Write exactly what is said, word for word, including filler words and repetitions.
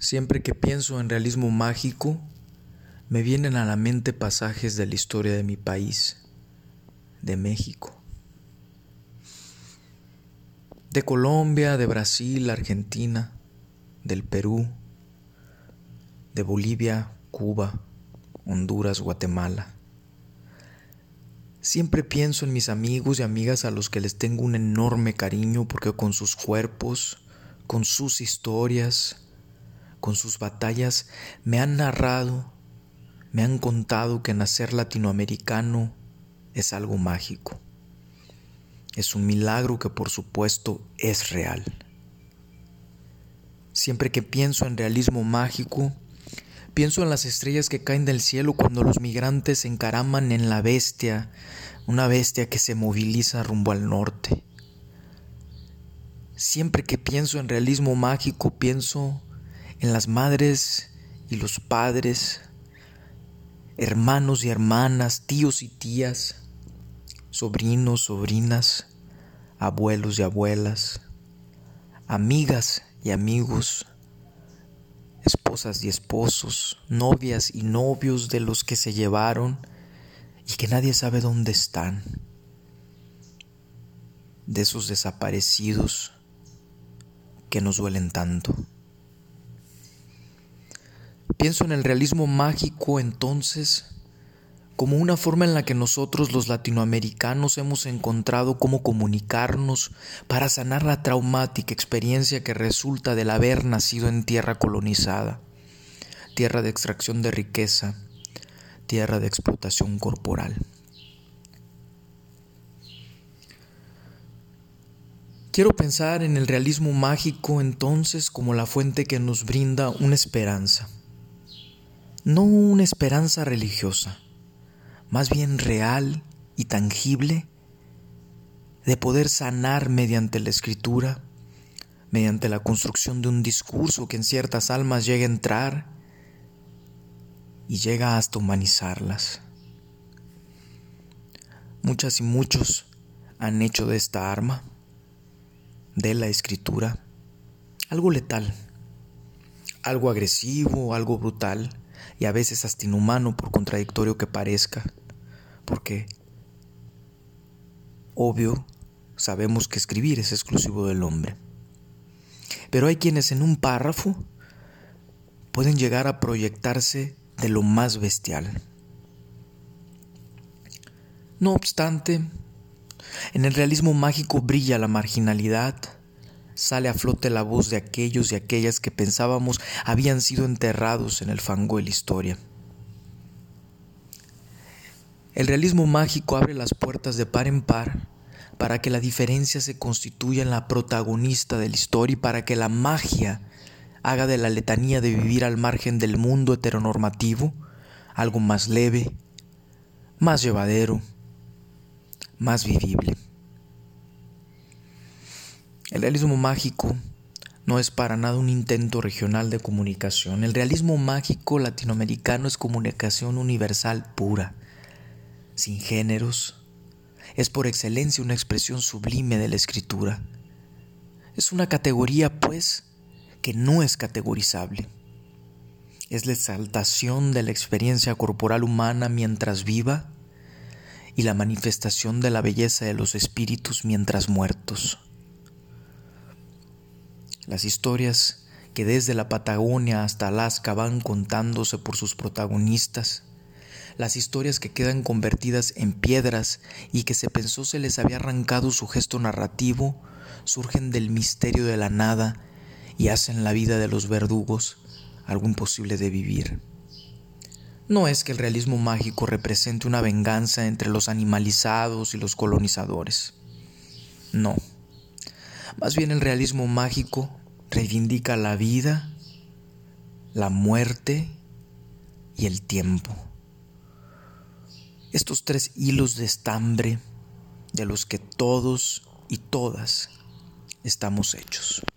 Siempre que pienso en realismo mágico, me vienen a la mente pasajes de la historia de mi país, de México. De Colombia, de Brasil, Argentina, del Perú, de Bolivia, Cuba, Honduras, Guatemala. Siempre pienso en mis amigos y amigas a los que les tengo un enorme cariño porque con sus cuerpos, con sus historias, con sus batallas, me han narrado, me han contado que nacer latinoamericano es algo mágico. Es un milagro que por supuesto es real. Siempre que pienso en realismo mágico, pienso en las estrellas que caen del cielo cuando los migrantes se encaraman en la bestia, una bestia que se moviliza rumbo al norte. Siempre que pienso en realismo mágico, pienso en las madres y los padres, hermanos y hermanas, tíos y tías, sobrinos, sobrinas, abuelos y abuelas, amigas y amigos, esposas y esposos, novias y novios de los que se llevaron y que nadie sabe dónde están, de esos desaparecidos que nos duelen tanto. Pienso en el realismo mágico entonces como una forma en la que nosotros los latinoamericanos hemos encontrado cómo comunicarnos para sanar la traumática experiencia que resulta del haber nacido en tierra colonizada, tierra de extracción de riqueza, tierra de explotación corporal. Quiero pensar en el realismo mágico entonces como la fuente que nos brinda una esperanza, no una esperanza religiosa, más bien real y tangible, de poder sanar mediante la escritura, mediante la construcción de un discurso que en ciertas almas llega a entrar y llega hasta humanizarlas. Muchas y muchos han hecho de esta arma, de la escritura, algo letal, algo agresivo, algo brutal y a veces hasta inhumano por contradictorio que parezca, porque obvio sabemos que escribir es exclusivo del hombre. Pero hay quienes en un párrafo pueden llegar a proyectarse de lo más bestial. No obstante, en el realismo mágico brilla la marginalidad, sale a flote la voz de aquellos y aquellas que pensábamos habían sido enterrados en el fango de la historia. El realismo mágico abre las puertas de par en par para que la diferencia se constituya en la protagonista de la historia y para que la magia haga de la letanía de vivir al margen del mundo heteronormativo algo más leve, más llevadero, más vivible. El realismo mágico no es para nada un intento regional de comunicación. El realismo mágico latinoamericano es comunicación universal pura, sin géneros. Es por excelencia una expresión sublime de la escritura. Es una categoría, pues, que no es categorizable. Es la exaltación de la experiencia corporal humana mientras viva y la manifestación de la belleza de los espíritus mientras muertos. Las historias que desde la Patagonia hasta Alaska van contándose por sus protagonistas, las historias que quedan convertidas en piedras y que se pensó se les había arrancado su gesto narrativo, surgen del misterio de la nada y hacen la vida de los verdugos algo imposible de vivir. No es que el realismo mágico represente una venganza entre los animalizados y los colonizadores. No. Más bien el realismo mágico reivindica la vida, la muerte y el tiempo. Estos tres hilos de estambre de los que todos y todas estamos hechos.